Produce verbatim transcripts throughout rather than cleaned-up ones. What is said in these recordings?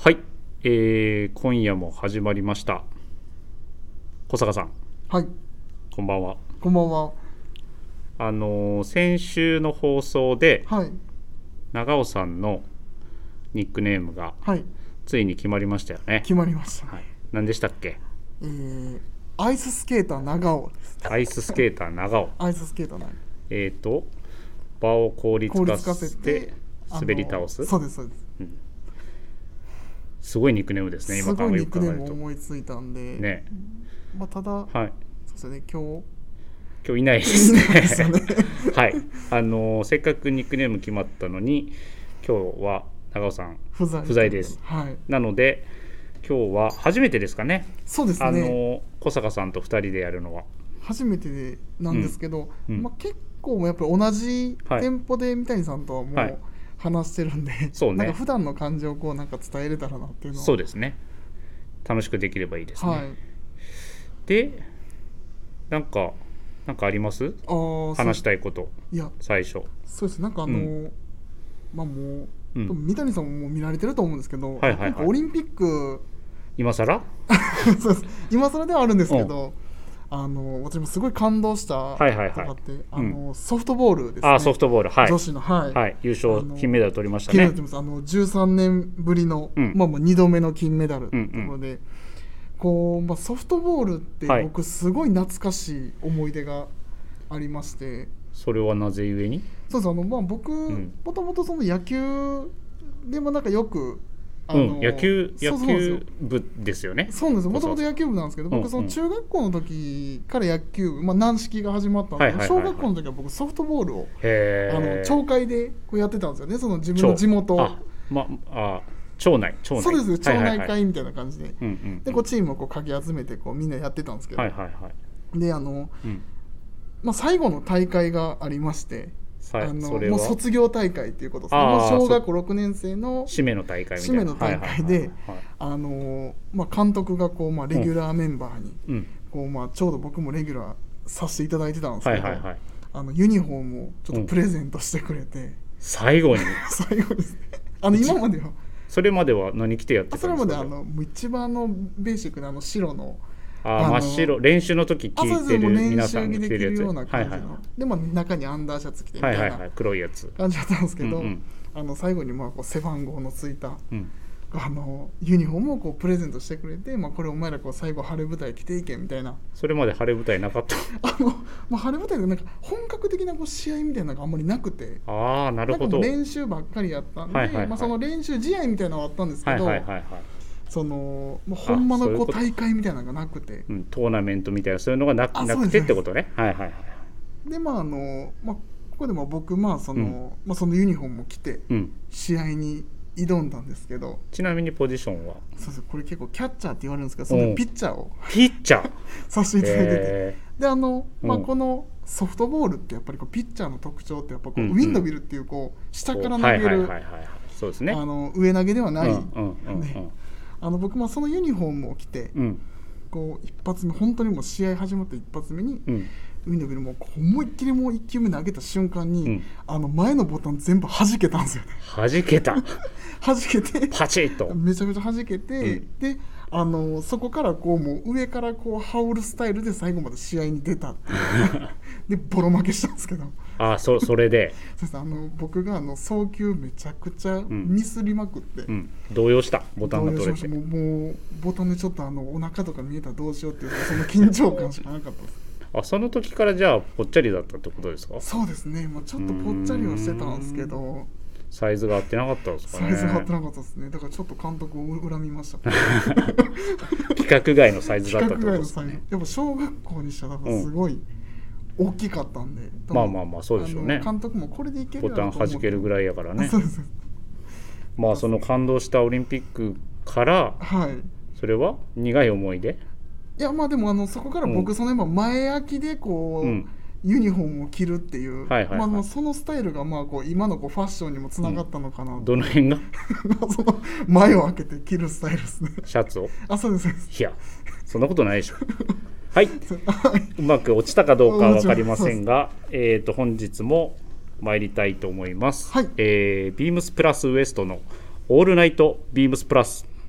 はい、えー、今夜も始まりました。小坂さん、 はい、 こんばんは。 こんばんは。 あのー先週の放送ではい、 長尾さんのニックネームがはい、 ついに決まりましたよね。 決まりましたはい、 ね。 何でしたっけ？ えー、アイススケーター長尾です。 アイススケーター長尾。 アイススケーター長尾。 えーと場を効率化効率化せしてて、 滑り倒す。 そうです、そうです。 うん、すごいニックネームですね。今すごいニ考えよックネームをく考えると思いついたんで、 ね。 まあ、ただ、 はい、 そうですね、今日、 今日いないですね。 いないですよね。 はい、あのーせっかくニックネーム決まったのに今日は長尾さん不在不在です。 はい、 なので今日は初めてですかね。 そうですね。 あのー小坂さんとふたりでやるのは。 初めてなんですけど、 うんうんまあ、結構やっぱり同じはい店舗で三谷さんとはもはいう話してるんで、 そうねなんか普段の感情をこうなんか伝えれたらなっていうのは。 そうですね。楽しくできればいいですね。 はい。 でなんかなんかあります？ あー話しそうたいこといや最初。 そうですなんかあの、 うまあもう、 うん三谷さんももう見られてると思うんですけど、 はいはいはい今回オリンピック今更そうです今更ではあるんですけど、あの私もすごい感動したはいはいはいとかって、あうのソフトボールですね。 あソフトボールはい女子のはい、 はい優勝あの金メダル取りましたね金メダル。取りますあのじゅうさんねんぶりの、 うんまあもうにどめの金メダルとうんうんいうことで、こうまあソフトボールってはい僕すごい懐かしい思い出がありまして。 それはなぜゆえに？ そうですあのまあ僕んもともとその野球でもなんかよくあの、 うん、野球野そうそうなんですよ球部ですよね。 そうなんですもともと野球部なんですけど、 うんうん僕その中学校の時から野球部、まあ、軟式が始まったんで、 はいはいはいはい小学校の時は僕ソフトボールをへあのー町会でこうやってたんですよね、その自分の地元。 あ、まあ町内町内そうです町はいはいはい内会みたいな感じで、 うんうんでこうチームをこうかき集めてこうみんなやってたんですけど、 はいはいはいであの、 うんまあ、最後の大会がありまして、 さあのそれはもう卒業大会っていうことですね。 あーもう小学校ろくねん生の締めの大会みたいな締めの大会ではいはいはいはいあの、まあ、監督がこう、まあ、レギュラーメンバーに、 うんこうまあ、ちょうど僕もレギュラーさせていただいてたんですけど、 はいはいはいあのユニフォームをちょっとプレゼントしてくれて、 最後に最後ですねあの今まではそれまでは何着てやってたんですか？ それまであのもう一番のベーシックなあの白のああの真っ白練習の時着あそうですてるもう練皆さん習着できるが着てるやつような感じの、 はいはいはいで、まあ、中にアンダーシャツ着てみたなはいいはいはい黒いやつ感じだったんですけど、 うんうんあの最後にまあこう背番号のついたうんあのユニフォームをこうプレゼントしてくれて、まあ、これお前らこう最後晴れ舞台着ていけみたいなそれまで晴れ舞台なかったあの、まあ、晴れ舞台でなんか本格的なこう試合みたいなのがあんまりなくて、 ああなるほなんかもどう練習ばっかりやったんで、 はいはいはいまあ、その練習試合みたいなのはあったんですけはいど、 はいはいはいそのもうほんまのあそういうことこう大会みたいなのがなくて、 うんトーナメントみたいなそういうのがなあなくてってことねはいはいはいでまああの、まあ、ここでも僕まあその、 うんまあ、そのユニフォームを着てうん試合に挑んだんですけど、 ちなみにポジションはそうそうこれ結構キャッチャーって言われるんですけど、そのピッチャーをピッチャーさせていただいてて、 へであの、まあ、 うんこのソフトボールってやっぱりこうピッチャーの特徴ってやっぱこう、 うんうんウィンドビルっていうこう下から投げはいはいるはいはいそうですねあの上投げではない、 うんうんうんねあの僕もそのユニフォームを着て、 うんこう一発目本当にもう試合始まって一発目に、 うんウィンドビルもこう思いっきりもういっ球目投げた瞬間に、 うんあの前のボタン全部弾けたんですよね弾けた弾けてパチッとめちゃめちゃ弾けて、 うんであのそこからこうもう上からこう羽織るスタイルで最後まで試合に出たっていうでボロ負けしたんですけどあそそれで、 そうですあの僕があの送球めちゃくちゃミスりまくって、 うん、動揺したボタンが取れて動揺しましたもうもうボタンでちょっとあのお腹とか見えたらどうしようっていうその緊張感しかなかったですあその時からじゃあぽっちゃりだったってことですか？ そうですね、まあ、ちょっとぽっちゃりはしてたんですけどサイズが合ってなかったんですかね。 サイズが合ってなかったですねだからちょっと監督を恨みました規格外のサイズだったってこと規格外のですかね。 サイズやっぱ小学校にしたらすごい大きかったんで、 まあまあまあそうでしょうね。 監督もこれでいけるボタン弾けるぐらいやからね。 そうですまあその感動したオリンピックからはいそれは苦い思い出。 いやまあでもあのそこから僕その今前空きでこう、 うんユニフォームを着るっていう、 はいはいはいまあ、まあそのスタイルがまあこう今のこうファッションにもつながったのかな、 どの辺がその前を開けて着るスタイルですねシャツをあそうですそうですいやそんなことないでしょはい、うまく落ちたかどうかは分かりませんが、えー、と本日も参りたいと思います、 はいえー、ビームスプラスウエストのオールナイトビームスプラス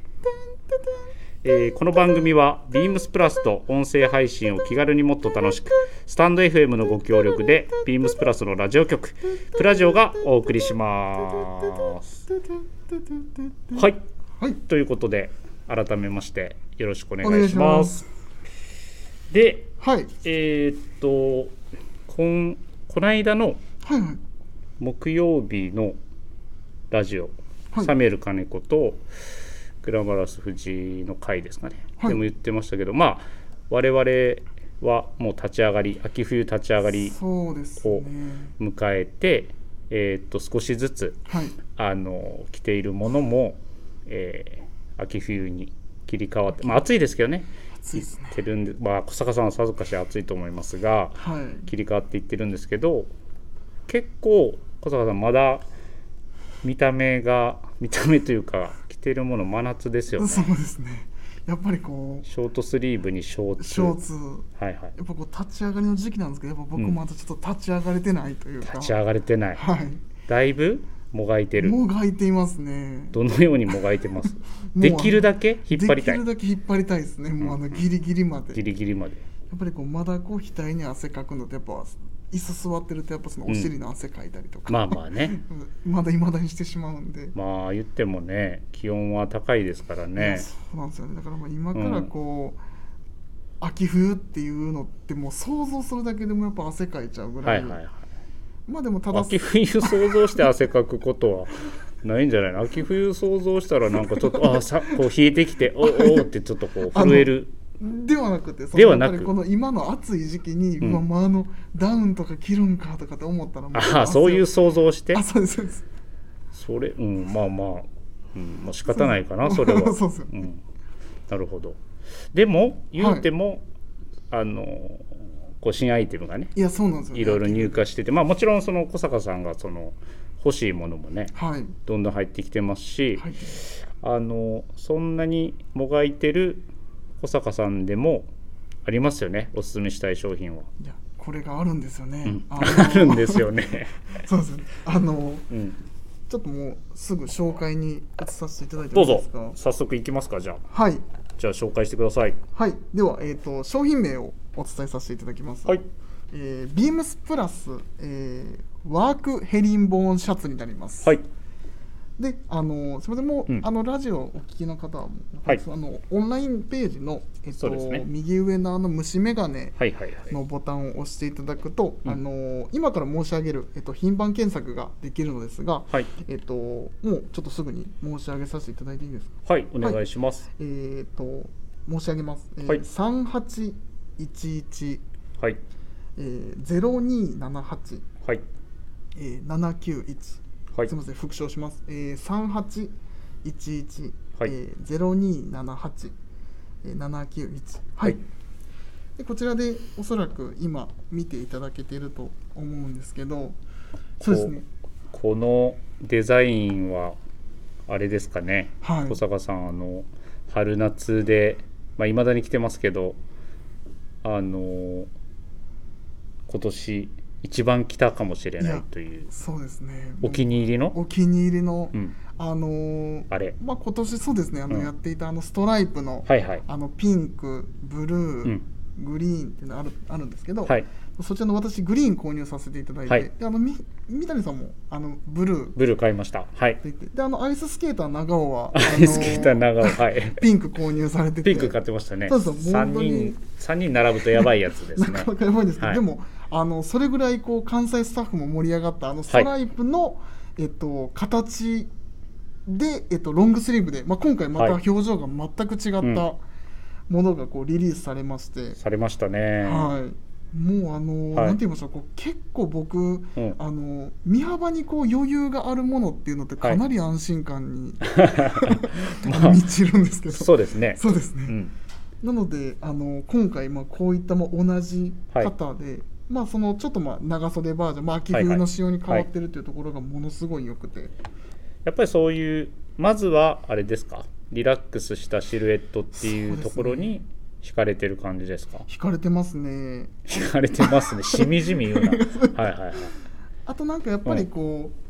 えーこの番組は Beams プラスと音声配信を気軽にもっと楽しくスタンド エフエム のご協力で Beams プラスのラジオ局プラジオがお送りします。はい、 はい、 ということで改めましてよろしくお願お願いいしま。 しますす。 で、 はいえーっとこんこの間のはいはい木曜日のラジオ、 はいサミュエル金子とグラマラス藤井の回ですかね、 はいでも言ってましたけど、まあ我々はもう立ち上がり秋冬立ち上がりそうですをね迎えて、えーっと少しずつはいあの着ているものも、えー秋冬に切り替わって、まあ暑いですけどね暑いですねてるんで、まあ、小坂さんはさぞかし暑いと思いますがはい切り替わっていってるんですけど、結構小坂さんまだ見た目が見た目というか着てるもの真夏ですよね。 そうですねやっぱりこショートスリーブにショーうツショーツはいはいやっぱこう立ち上がりの時期なんですけどやっぱ僕まだちょっと立ち上がれてないというか、 立ち上がれてないはいだいぶもがいてる。 もがいていますねどのようにもがいてますもうできるだけ引っ張りたいできるだけ引っ張りたいですね、もうあのギリギリまでギリギリまで。 やっぱりこうまだこう額に汗かくのってやっぱ椅子座ってるとやっぱそのお尻の汗かいたりとか、 まあまあねうんまだ未だにしてしまうんで、 まあ言ってもね気温は高いですからいやね。 そうなんですよねだからまあ今からこう、秋冬っていうのってもう想像するだけでもやっぱ汗かいちゃうぐら、 はいいはいはいまあでもただ秋冬想像して汗かくことはないんじゃないの。秋冬想像したらなんかちょっとあさこう冷えてきておおってちょっとこう震える。 ではなくてそのではなくやっぱりこの今の暑い時期に、 うんうわまああのダウンとか着るんかとかって思ったらもうああそういう想像をしてあそうですそうですそれうんまあまあ、うんまあ、仕方ないかなそれはそうですようん、なるほど。でも言うても、あのこう新アイテムがねいやそうなんですよねいろいろ入荷してて、まあもちろんその小坂さんがその欲しいものもねはいどんどん入ってきてますし、 はいあのそんなにもがいてる小坂さんでもありますよねおすすめしたい商品は。 いやこれがあるんですよね、 うん、 ああのるんですよね、 そうですよねあのうん、 ちょっともうすぐ紹介に移させていただいてどうぞもいいですか。 早速いきますか。じゃあはいじゃあ紹介してください。 はいでは、えー、と商品名をお伝えさせていただきます。 はいえー、ビームスプラス、えー、ワークヘリンボーンシャツになります。 はいであのすみませんもう、 うんあのラジオをお聞きの方はもう、 はいあのオンラインページの、えっとそうですね右上のあの虫眼鏡はいはいはいのボタンを押していただくと、 うんあの今から申し上げる、えっと、頻繁検索ができるのですが、 はいえっと、もうちょっとすぐに申し上げさせていただいていいですか。 はいお願いします。 えっと申し上げます、えーはいさんはちいちいち、 はいえー、ゼロにななはち、 はいえー、ななきゅういち、 はいすみません復唱します、えー、さんはちいちいち、 はいえー、ゼロにななはち、えー、ななきゅういち、ははいい、でこちらでおそらく今見ていただけていると思うんですけど、そうですねこのデザインはあれですかね、 はい小坂さんあの春夏でまあ、未だに着てますけどあの今年一番着たかもしれないというそうですねお気に入りの、 お気に入りの、 うん、 あのーあれまあ、今年そうですねあの、 うんやっていたあのストライプの、 はいはい、 あのピンクブルー、 うんグリーンっていうのあるあるんですけど、 はい、 そちらの私グリーン購入させていただいて、 はいであのみ三谷さんもあのブルーってブルー買いました。はい言ってであのアイススケーター長尾はアイススケーター長尾はいピンク購入されててピンク買ってましたね。 そうそうもう三本当に人三人並ぶとやばいやつですねなかなかやばいんですけど、 はいでもあのそれぐらいこう関西スタッフも盛り上がったあのストライプの、えっと、形で、えっと、ロングスリーブで、まあ、今回またはい表情が全く違ったものがこうリリースされまして、 されましたね。 はい、もうあの、 はいなんて言いましょうこう結構僕、 うんあの身幅にこう余裕があるものっていうのってかなり安心感に、 まあ満ちるんですけどそうですね。 そうですね、 うんなのであの今回まあこういったも同じ型で、まあそのちょっとまあ長袖バージョン、まあ、秋冬の仕様に変わってるっていうところがものすごい良くて、 やっぱりそういうまずはあれですか、リラックスしたシルエットっていうところに惹かれてる感じですか。 惹かれてますね。 惹かれてますね。しみじみ言うな。はいはいはい。 あとなんかやっぱりこう、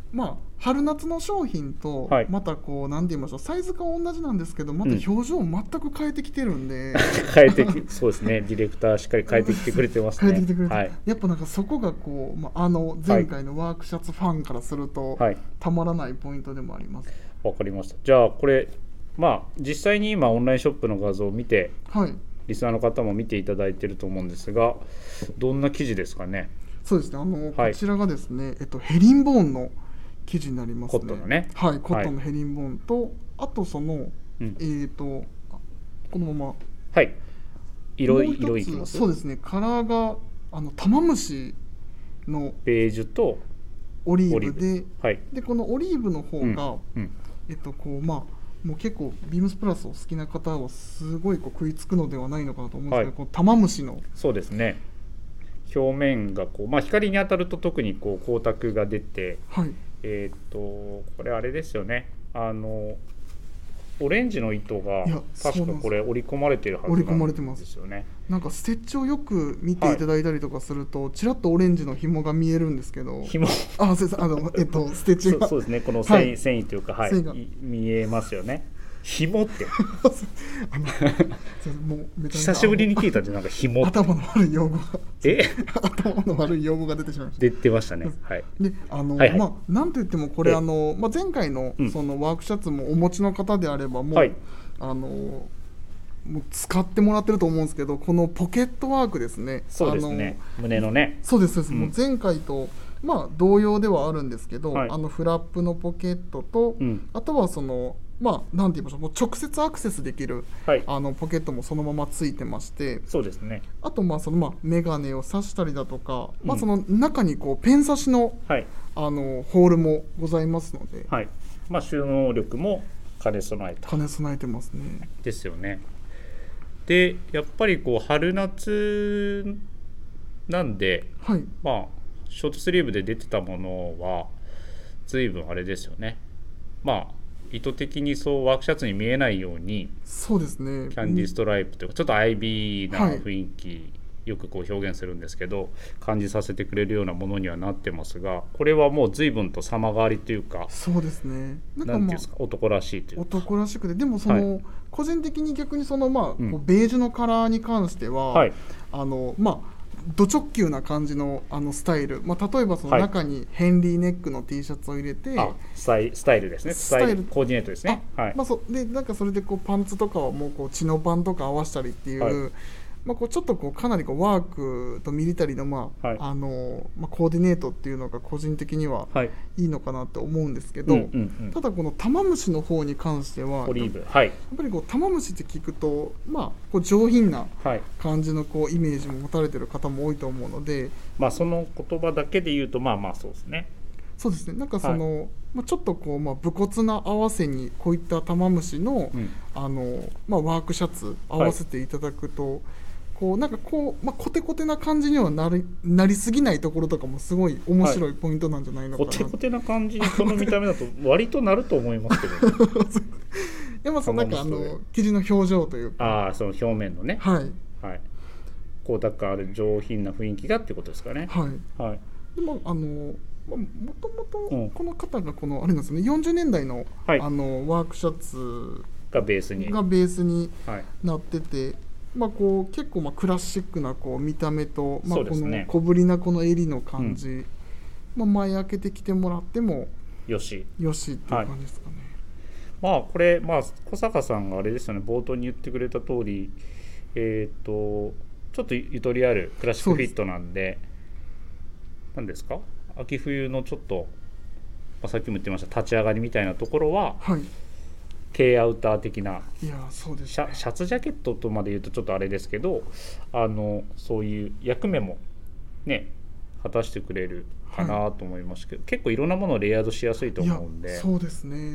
まあ春夏の商品とはいまたこう何て言いましょう、サイズ感は同じなんですけどまた表情を全く変えてきてるんで、 変えてきそうですね、ディレクターしっかり変えてきてくれてますね。 変えてきてくれて、 はいやっぱなんかそこがこう、まあ、あの前回のワークシャツファンからすると、 はい、 たまらないポイントでもあります。 わかりました。じゃあこれまあ実際に今オンラインショップの画像を見て、 はい、 リスナーの方も見ていただいていると思うんですが、どんな記事ですかね。 そうですね、あの、 はい、 こちらがですね、えっと、ヘリンボーンの生地になりますね。 コットンのね、 はい、コットンのヘリンボーンと、はい、あとその、 うん、 えーとこのまま、 はい、色色いきます。 そうですね、カラーがあの玉虫のベージュとオリーブで、 はい、 でこのオリーブの方が、 うんうん、 えっとこうまあもう結構ビームスプラスを好きな方はすごいこう食いつくのではないのかなと思うんですけど、はい、こう玉虫のそうですね、表面がこう、まあ、光に当たると特にこう光沢が出て、 はい、 えっとこれあれですよね、あのオレンジの糸が確かこれ織り込まれてるはずなんですよね。 なんかステッチをよく見ていただいたりとかすると、はい、ちらっとオレンジの紐が見えるんですけど、 紐あそうです、あのえっとステッチがそう、そうですね、この繊維、はい、繊維というか、はい、見えますよね。紐ってあのもうめちゃ久しぶりに聞いたんで、なんか紐って頭の悪い用語がえ頭の悪い用語が出てしまいました。 出てましたね。はい。 で、あの、 はいはい、 まあなんといってもこれあの、まあ、前回のそのワークシャツもお持ちの方であればもう、はい、あのもう使ってもらってると思うんですけど、このポケットワークですね。 そうですね。胸のね。 そうですそうです。うん、もう前回とまあ同様ではあるんですけど、 はい、 あのフラップのポケットと、うん、あとはそのまあ、なんて言いましょう、もう直接アクセスできる、はい、あのポケットもそのままついてまして、 そうですね、 あとまあそのまあメガネを挿したりだとか、うん、まあ、その中にこうペン挿しの、はい、あのホールもございますので、 はい、まあ、収納力も兼ね備えた兼ね備えてますね。 ですよね。でやっぱりこう春夏なんで、はい、まあショートスリーブで出てたものは随分あれですよね。まあ意図的にそうワークシャツに見えないように、 そうですね、 キャンディーストライプというかちょっと アイビー な雰囲気、はい、よくこう表現するんですけど感じさせてくれるようなものにはなってますが、これはもう随分と様変わりというか、 そうですね、 なんか、まあ、なんていうんですか、男らしいというか、 男らしくて、でもその、はい、個人的に逆にその、まあこうベージュのカラーに関しては、はい、あのまあド直球な感じ の, あのスタイル、まあ、例えばその中にヘンリーネックの T シャツを入れて、 はい、スタイスタイルですね、スタイルコーディネートですね。 はい、まあ、そでなんかそれでこうパンツとかはもうこうチノパンとか合わせたりっていう、はい、まあ、こうちょっとこうかなりこうワークとミリタリーの、まあ、はい、あのまあ、コーディネートっていうのが個人的にはいいのかなって思うんですけど、はい、うんうんうん、ただこの玉虫の方に関してはオリーブ、はい、 やっぱりこう玉虫って聞くと、まあ、こう上品な感じのこうイメージも持たれてる方も多いと思うので、 まあ、その言葉だけで言うとまあまあそうですね。 そうですね、なんかその、はい、まあ、ちょっとこう、まあ、武骨な合わせにこういった玉虫の、うん、あのまあ、ワークシャツ合わせていただくと、はい、こうなんかこう、まあ、コテコテな感じにはなり、なりすぎないところとかもすごい面白いポイントなんじゃないのかな、 はい、コテコテな感じこの見た目だと割となると思いますけど、ね、 でもそのなんかあの生地の表情というか、 ああ、その表面のね、 はい、 はい、こうだからある上品な雰囲気がっていうことですかね。 はい、はい、でもあのもともとこの方がこのあれなんですね、よんじゅうねんだいの、はい、あのワークシャツがベースにがベースになってて、はい、まあ、こう結構まあクラシックなこう見た目と、まあ、この小ぶりなこの襟の感じ、うん、まあ、前開けてきてもらってもよしよしっていう感じですかね。 はい、まあこれ、まあ、小坂さんがあれですよね、冒頭に言ってくれた通り、えー、とちょっとゆとりあるクラシックフィットなんで、何ですか、秋冬のちょっと、まあ、さっきも言ってました立ち上がりみたいなところは、はい、軽アウター的な、 いやそうです、ね、 シャ、シャツジャケットとまで言うとちょっとあれですけど、あのそういう役目もね果たしてくれるかなと思いますけど、はい、結構いろんなものをレイヤードしやすいと思うんで。 そうですね、うん、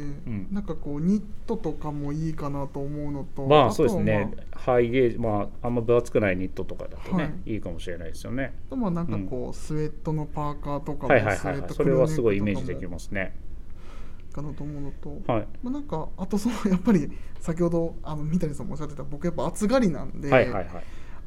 なんかこうニットとかもいいかなと思うのと、 まあそうですね、まあ、ハイゲージ、まあ、あんま分厚くないニットとかだとね、はい、いいかもしれないですよね。 とまあなんかこう、うん、スウェットのパーカーとかも、 はいはいはいはい、それはすごいイメージできますねかなと思うのと、 はい、 まあ、なんかあとそのやっぱり先ほどあの三谷さんもおっしゃってた、僕やっぱ暑がりなんで、 はいはいはい、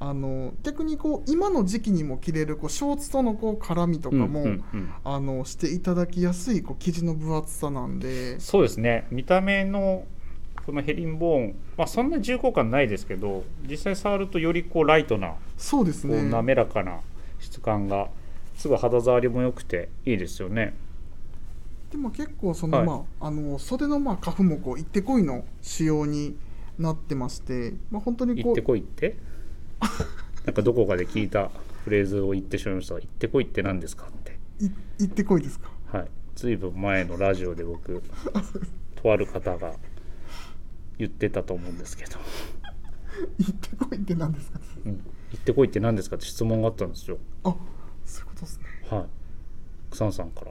あの逆にこう今の時期にも着れるこうショーツとのこう絡みとかも、うんうんうん、あのしていただきやすいこう生地の分厚さなんで。 そうですね、見た目のこのヘリンボーン、まあ、そんな重厚感ないですけど実際触るとよりこうライトな、 そうですね、 こう滑らかな質感がすごい肌触りも良くていいですよね。 でも結構その、はい、まあ、あの袖のまあカフもこう行ってこいの仕様になってまして、まあ、本当にこう行ってこいってなんかどこかで聞いたフレーズを言ってしまいました。行ってこいって何ですかって。 い行ってこいですか。 はい、ずいぶん前のラジオで僕とある方が言ってたと思うんですけど行ってこいって何ですか、 うん、行ってこいって何ですかって質問があったんですよ。 あ、そういうことですね。 はい、草野さんから。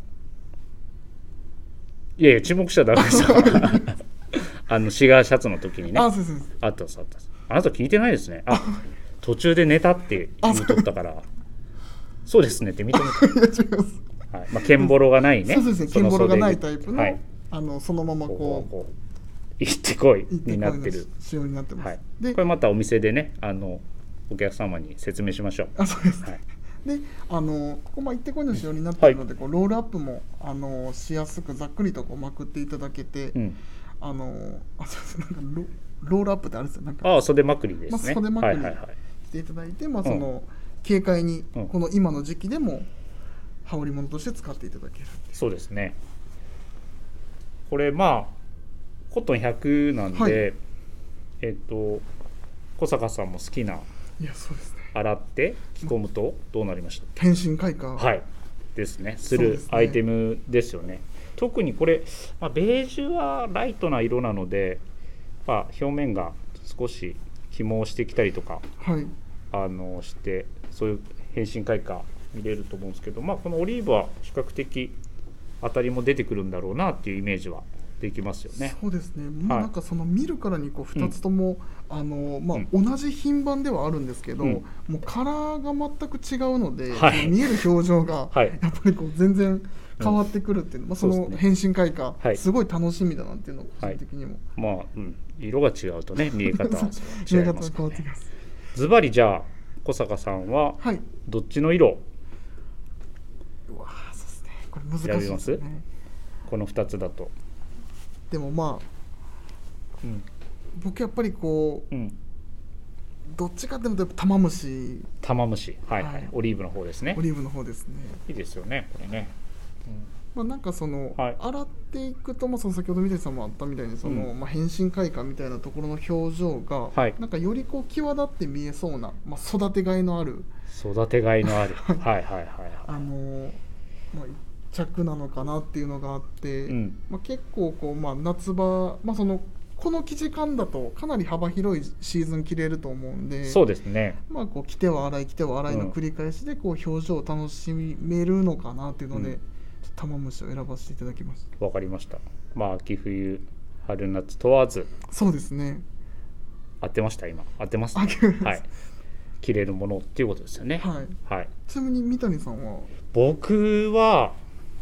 いやいや注目しちゃダメですよあのシガーシャツの時にね、 あ、そうそうそう、 あったあった。あなた聞いてないですね。あ、途中で寝たって言うとったからそうですねって認めた違います、 はい、まあ、ケンボロがないね。 そうですね、ケンボロがないタイプの、はい、あのそのままこうこうこう行ってこいになってる仕様になってます、はい、 でこれまたお店でね、あのお客様に説明しましょう。 あ、そうです、はい、であのここまあ行ってこいの仕様になっているので、はい、こうロールアップもあのしやすくざっくりとこうまくっていただけて、うん、あのあそうです、なんか ロ, ロールアップってあれですよ、なんかあ袖まくりですね、 まあ、袖まくりしていただいて、はいはいはい、まあ、その、うん、軽快にこの今の時期でも羽織物として使っていただける。 そうですね。これまあコットンひゃくなんで、はい、えっと小坂さんも好きな、 いやそうですね、 洗って着込むとどうなりました。 変身開花、 はいですね、するアイテムですよね。特にこれ、まあ、ベージュはライトな色なので、まあ、表面が少し紐をしてきたりとか、 はい、 あのしてそういう変身開花見れると思うんですけど、まあ、このオリーブは比較的当たりも出てくるんだろうなっていうイメージはできますよね。 そうですね、もうなんかその見るからにこうふたつとも、うん、あのまあ、うん、同じ品番ではあるんですけど、うん、もうカラーが全く違うので、はい、見える表情がやっぱりこう全然変わってくるっていうの、うん、まあ、その変身開花、はい、すごい楽しみだなっていうのを個人的にも、 はい、まあ、うん、色が違うとね見え方は違います見え方が変わってきます。 ズバリじゃあ小坂さんはどっちの色、はい、 うわそうですね、これ難しいですね。 このふたつだと。 でもまあ、うん、僕やっぱりこう、うん、どっちかっていうと玉虫玉虫、はいはい、はい、オリーブの方ですね。 オリーブの方ですね。 いいですよねこれね、 うん、まあ、なんかその、はい、洗っていくと、まあ、その先ほど三谷さんもあったみたいにその、うん、まあ、変身開花みたいなところの表情が、はい、なんかよりこう際立って見えそうな、まあ、育てがいのある育てがいのあるはいはいはいはい、 あのまあ着なのかなっていうのがあって、うん、まあ、結構こう、まあ、夏場、まあ、そのこの生地感だとかなり幅広いシーズン着れると思うんで、 そうですね、 まあ、こう着ては洗い着ては洗いの繰り返しでこう表情を楽しめるのかなっていうので、うん、玉虫を選ばせていただきました。 わかりました。まあ秋冬春夏問わず、 そうですね、 合ってました今合ってます、ね、はい、着れるものっていうことですよね。 はい、 はい、 ちなみに三谷さんは。 僕は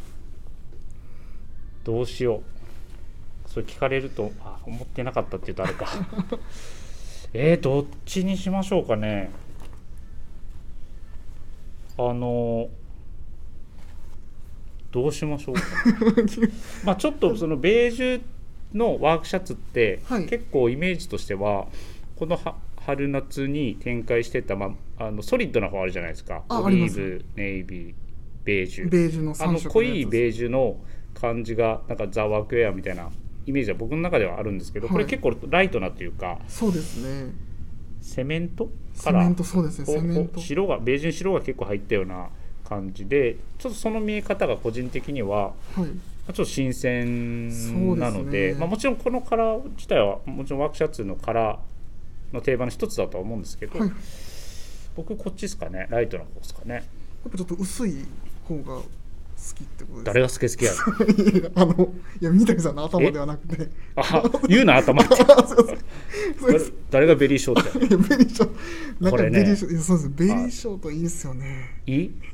どうしよう、それ聞かれるとあ思ってなかったって言うとあれかえーどっちにしましょうかね。あのどうしましょうかまあちょっとそのベージュのワークシャツって、はい、結構イメージとしてはこの春夏に展開してた、まあ、あのソリッドな方あるじゃないですか。オリーブ、ネイビー、ベージュ、 ベージュのさん色のやつ、 あの濃いベージュの感じがなんかザ・ワークウェアみたいなイメージは僕の中ではあるんですけど、はい、これ結構ライトなっていうか、 そうですね、 セメントからセメント、そうですね、セメント白がベージュに白が結構入ったような感じで、ちょっとその見え方が個人的には、はい、ちょっと新鮮なの で, で、ね、まあ、もちろんこのカラー自体はもちろんワークシャツのカラーの定番の一つだとは思うんですけど、はい、僕こっちですかね、ライトの方ですかね。やっぱちょっと薄い方が好きってことですか。 誰が好き好きやろいやあのいや三谷さんの頭ではなくて、 あ言うな頭って誰がベリーショートやベリーショート、なんかベリーショート、ね、そうです、ベリーショートいいですよね。 いい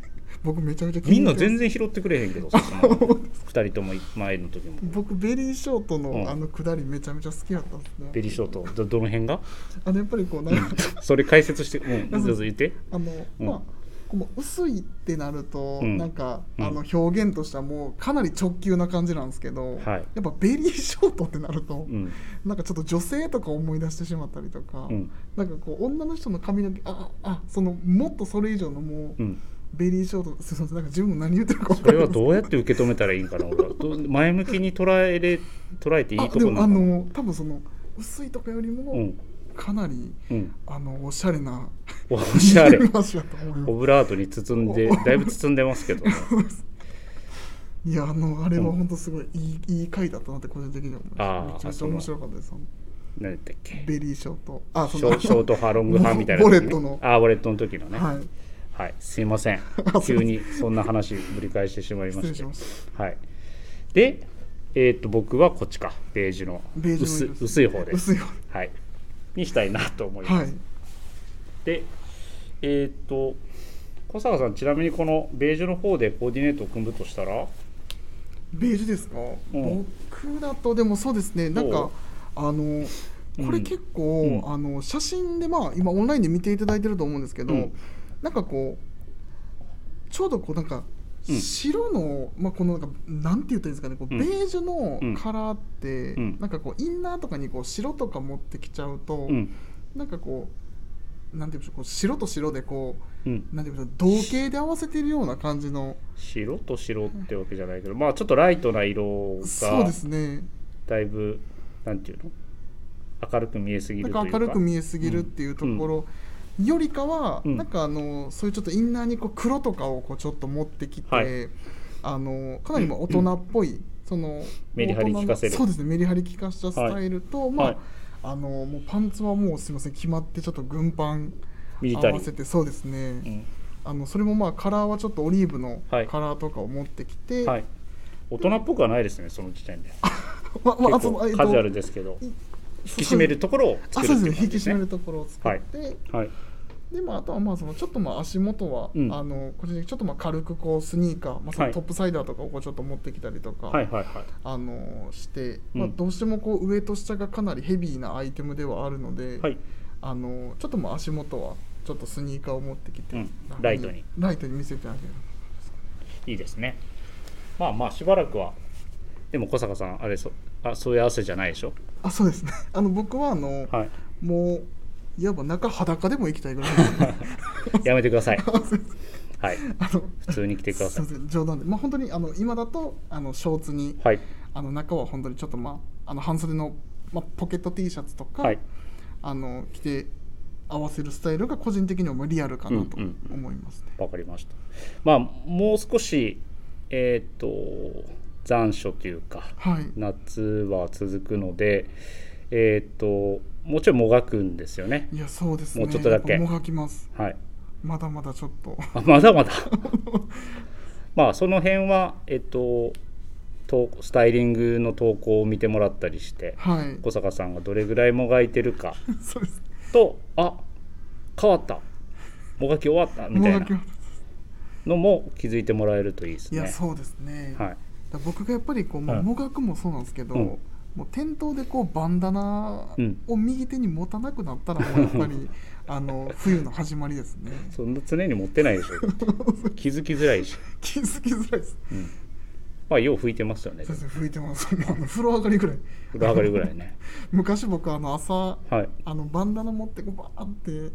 僕めちゃめちゃみんな全然拾ってくれへんけどふたりとも前の時も僕ベリーショートの、うん、あの下りめちゃめちゃ好きだったんですね。 ベリーショート ど, どの辺があのやっぱりこうなんかそれ解説して、うん、どうぞ言ってあの、うん、まあこう薄いってなると、うん、なんか、うん、あの表現としてはもうかなり直球な感じなんですけど、はい、やっぱベリーショートってなると、うん、なんかちょっと女性とか思い出してしまったりとか、うん、なんかこう女の人の髪の毛ああそのもっとそれ以上のもう、うん、ベリーショートすみませんなんか自分も何言ってるか分からない。 それはどうやって受け止めたらいいんかな前向きに捉えれ捉えていいところなのかな。 あでもあの多分その薄いとかよりも、うんかなり、うん、あのおしゃれなおしゃれオブラートに包んでだいぶ包んでますけど、ね、 いやあのあれは本当すごいいい、うん、いい回だったなって個人的には思いました。めちゃめちゃ面白かったです。 何だっけベリーショートあそのショート派ロング派みたいな、 ね、ボレットのあボレットの時のねはい、はい、すいません急にそんな話ぶり返してしまいましてまはいでえー、と僕はこっちかベージュの 薄, 薄い方で薄い方はいにしたいなと思います、はい、でえっ、ー、と小坂さんちなみにこのベージュの方でコーディネートを組むとしたらベージュですか、うん、僕だとでもそうですねなんかあのこれ結構、うん、あの写真でまあ今オンラインで見ていただいてると思うんですけど、うん、なんかこうちょうどこうなんか白の、まあ、このなんかなんて言ったらいいんですかねこう、うん、ベージュのカラーって、うん、なんかこうインナーとかにこう白とか持ってきちゃうと、うん、なんかこうなんていうんでしょうこう白と白でこう、うん、なんていうんでしょう同型で合わせているような感じの白と白ってわけじゃないけど、まあちょっとライトな色がそうですねだいぶなんていうの明るく見えすぎるというかなんか明るく見えすぎるっていうところ、うんよりかは、うん、なんかあのそういうちょっとインナーにこう黒とかをこうちょっと持ってきて、はい、あのかなりも大人っぽい、うん、そのメリハリ効かせるそうですねメリハリ効かしたスタイルと、はい、まあ、はい、あのもうパンツはもうすみません決まってちょっと軍パン合わせてそうですね、うん、あのそれもまあカラーはちょっとオリーブのカラーとかを持ってきて、はい、 大人っぽくはないですねその時点でままあ、結構カジュアルですけど引き締めるところを作るっていう感じですね。あ、そうですね引き締めるところを作って、はいはいでまあ、あとはまあそのちょっとまあ足元は、うん、あの個人的にちょっとまあ軽くこうスニーカー、まあ、そのトップサイダーとかをこうちょっと持ってきたりとか、はいはいはい、あのして、まあ、どうしてもこう上と下がかなりヘビーなアイテムではあるので、はい、あのちょっとまあ足元はちょっとスニーカーを持ってきて、うん、 ライトにライトに見せてあげるいいですね。まあまあしばらくはでも小坂さんあれそあそういう汗じゃないでしょ。 あそうですねあの僕はあの、はい、もういわば中裸でも行きたいぐらいやめてくださいはいあの普通に着てください。 冗談で、まあ、本当にあの今だとあのショーツに、はい、あの中は本当にちょっと、まあ、あの半袖の、まあ、ポケット T シャツとか、はい、あの着て合わせるスタイルが個人的にはリアルかなと思いますね。 わ、うんうん、かりました。まあもう少しえっ、ー、と残暑というか、はい、夏は続くのでえっ、ー、ともちろんもがくんですよね。 いやそうですね。 もうちょっとだけもがきます。 はい。 まだまだちょっと。 あまだまだ。まあその辺はえっととスタイリングの投稿を見てもらったりして、はい、小坂さんがどれぐらいもがいてるかそうですとあ変わったもがき終わったみたいなのも気づいてもらえるといいですね。 いやそうですね。はい。だ僕がやっぱりこう、まあ、もがくもそうなんですけど。うんもう店頭でこうバンダナを右手に持たなくなったらもうやっぱりあの冬の始まりですね。 そんな常に持ってないでしょ気づきづらいし気づきづらいです、 うん、まあよう拭いてますよね。 そうですね拭いてますあの風呂上がりぐらい風呂上がりぐらいね昔僕あの朝、はい、あのバンダナ持ってこうバーって、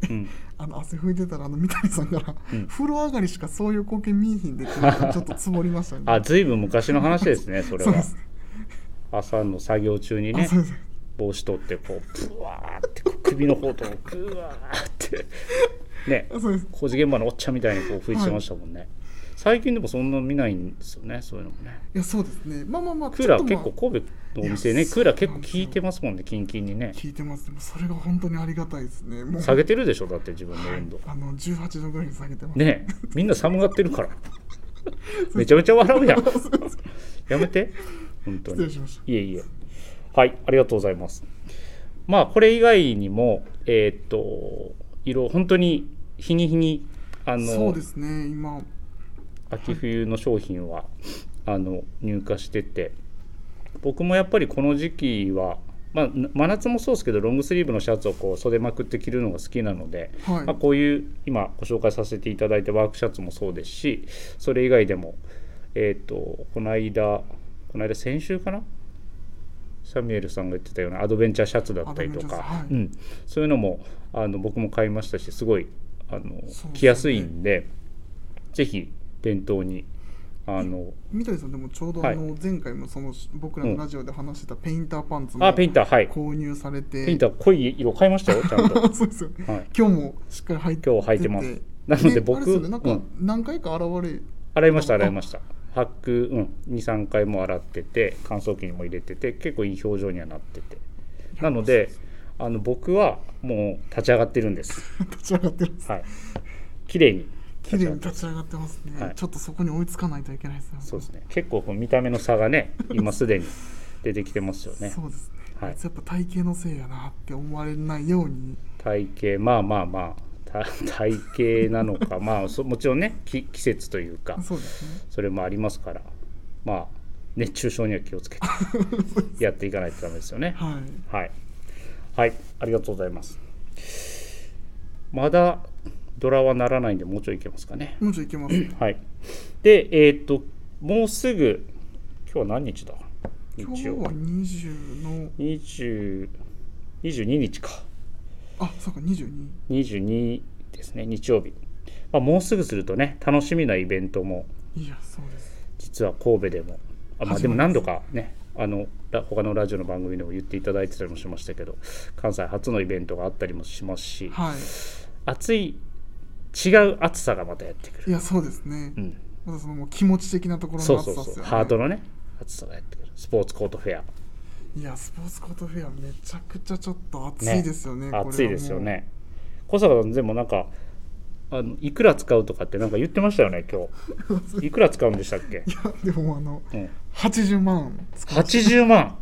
うん、あの汗拭いてたらあの三谷さんから、うん、風呂上がりしかそういう光景見えひんでってちょっと積もりましたね。 あずいぶん昔の話ですねそれは。朝の作業中にね帽子取ってこうブワーって首の方とブワーってね工事現場のおっちゃんみたいにこう拭いてましたもんね、はい、最近でもそんな見ないんですよねそういうのもね。 いやそうですねまあまあまあクーラー結構神戸のお店ねクーラー結構効いてますもんねキンキンにね。 効いてます。でもそれが本当にありがたいですね。もう下げてるでしょだって自分の温度、 はい、あのじゅうはちどぐらいに下げてますね。みんな寒がってるからめちゃめちゃ笑うやんやめて本当に。 失礼しました。 いえいえはいありがとうございます。まあこれ以外にもえっ、ー、と色本当に日に日にあのそうですね今秋冬の商品は、はい、あの入荷してて、僕もやっぱりこの時期は、まあ、真夏もそうですけどロングスリーブのシャツをこう袖まくって着るのが好きなので、はい、まあ、こういう今ご紹介させていただいたワークシャツもそうですし、それ以外でも、えー、とこの間この間先週かな、サミュエルさんが言ってたようなアドベンチャーシャツだったりとか、はい、うん、そういうのもあの僕も買いましたし、すごいあの、ね、着やすいんで、ぜひ店頭にあの三谷さんでもちょうどあの前回もその僕らのラジオで話してたペインターパンツも購入されて、 うん、あペインター、はい、ペインター濃い色買いましたよちゃんとそうですよ、はい、今日もしっかり履いてて、 今日履いてます。なので僕で、ね、なんか何回か洗われ、うん、 洗いました洗いました履く、うん、にさんかいも洗ってて乾燥機にも入れてて結構いい表情にはなってて、なのであの僕はもう立ち上がってるんです立ち上がってるんです、 はい、綺麗に綺麗に立ち上がってますね、はい、ちょっとそこに追いつかないといけないですよね。 そうですね、結構こう見た目の差がね今すでに出てきてますよねそうですね、はい、やっぱ体型のせいやなって思われないように、 体型まあまあまあ体型なのかまあそもちろんね季節というかそうですね、 それもありますから、まあ熱中症には気をつけてやっていかないとダメですよねはいはい、はい、ありがとうございます。まだドラはならないんでもうちょいいけますかね。 もうちょいいけます、ね、 はいでえっ、ー、ともうすぐ今日は何日だ、 日曜今日はにじゅうのにじゅう、にじゅうににちか、 あそうかにじゅうに、 にじゅうにですね、日曜日、まあ、もうすぐするとね楽しみなイベントもいやそうです実は神戸でもあ、まあ、でも何度かねあの他のラジオの番組でも言っていただいてたりもしましたけど、関西初のイベントがあったりもしますし、 はい、 暑い違う暑さがまたやってくる。 いやそうですね、うん、またそのもう気持ち的なところの暑さですよね。そうそうそう、 ハートのね暑さがやってくる。スポーツコートフェア、 いやスポーツコートフェアめちゃくちゃちょっと暑いですよね。 ね、暑いですよね。小坂さんでもなんかあのいくら使うとかってなんか言ってましたよね今日いくら使うんでしたっけ。 いやでもあの、うん、はちじゅうまん使う。 はちじゅうまん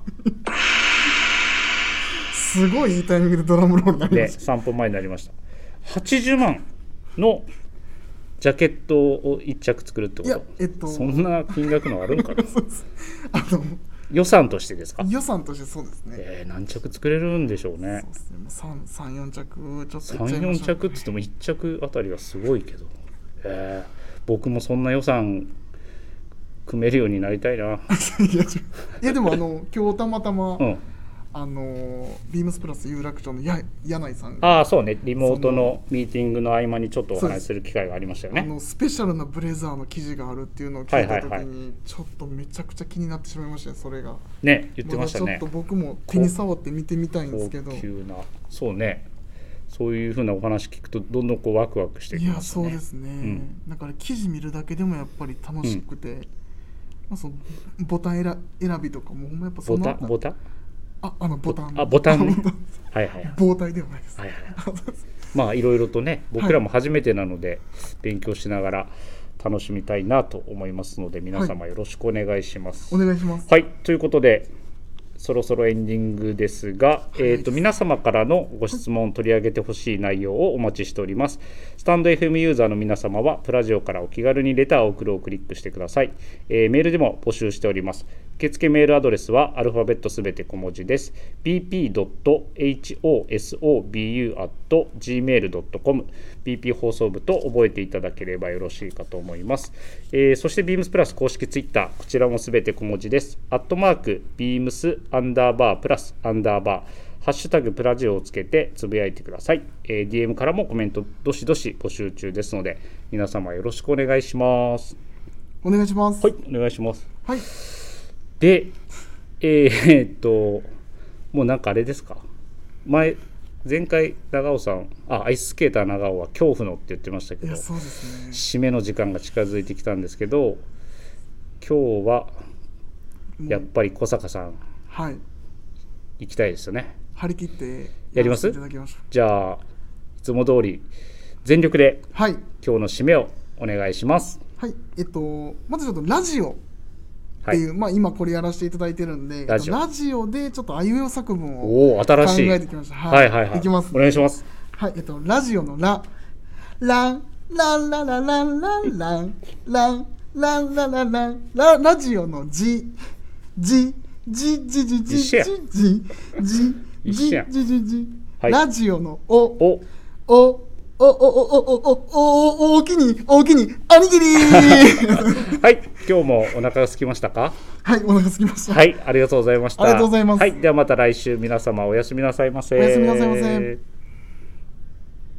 すごいいいタイミングでドラムロールになりました。 でさんぷんまえになりました。はちじゅうまんのジャケットをいっ着作るってこと。いや、えっと、そんな金額のあるんかなあの予算としてですか。 予算としてそうですね、 えー、何着作れるんでしょうね。 そうですね、さん、よん着ちょっといっちゃいましょう。 さん、よん着って言ってもいっ着あたりはすごいけど、えー、僕もそんな予算組めるようになりたいな。いや、 いやでもあの今日たまたま、 うん、 あのビームスプラス有楽町のや柳井さんが、 ああそうね、リモートのミーティングの合間にちょっとお話しする機会がありましたよね。 あのスペシャルなブレザーの記事があるっていうのを聞いた時に、はいはいはい、ちょっとめちゃくちゃ気になってしまいましたね。それがね言ってましたね。 まだちょっと僕も手に触って見てみたいんですけど、 高級な、そうね、そういう風なお話聞くとどんどんこうワクワクしてきますね。 いやそうですね、うん、だから記事見るだけでもやっぱり楽しくて、うん、まあ、そのボタン選選びとかもやっぱそのボタンボタンああのボタンあボタンねはいはい、はい、 棒体ではないです、 はいはい、まあいろいろとね僕らも初めてなので勉強しながら楽しみたいなと思いますので、皆様よろしくお願いします。 はい、お願いします。 はい、ということでそろそろエンディングですが、はい、えーと皆様からのご質問取り上げてほしい内容をお待ちしております。スタンド エフエム ユーザーの皆様はプラジオからお気軽にレターを送るをクリックしてください。えー、メールでも募集しております。受付メールアドレスはアルファベットすべて小文字です。ビーピードットエイチオーエスオービーユーアットジーメールドットコム ビーピー 放送部と覚えていただければよろしいかと思います。えー、そして ビームス プラス公式ツイッター、こちらもすべて小文字です。アットマーク ビームス アンダーバープラスアンダーバーハッシュタグプラジオをつけてつぶやいてください。えー、ディーエム からもコメントどしどし募集中ですので、皆様よろしくお願いします。 お願いします。 はい、お願いします。 はい。 で、えー、っともうなんかあれですか、前前回長尾さん、あアイススケーター長尾は恐怖のって言ってましたけど、 いやそうですね、 締めの時間が近づいてきたんですけど、今日はやっぱり小坂さん、 はい、 行きたいですよね。 張り切ってやります？じゃあいつも通り全力で、はい、今日の締めをお願いします。 はい、えっとまずちょっとラジオっていう、はい、まあ、今これやらせていただいてるんで、ラジオ、ラジオでちょっとあいうえお作文を考えてきました。 はい、はいはいはい、 いきます、 お願いします。 はい、えっとラジオのラランランラララランランランランララララララジオのジジジジジジジジジジジジジラジオのおおおおおおおお大きに大きにおにぎりはい、今日もお腹が空きましたか？ はい、お腹空きました。 はい、ありがとうございました。 ありがとうございます。 はい、ではまた来週皆様おやすみなさいませ。 おやすみなさいませ。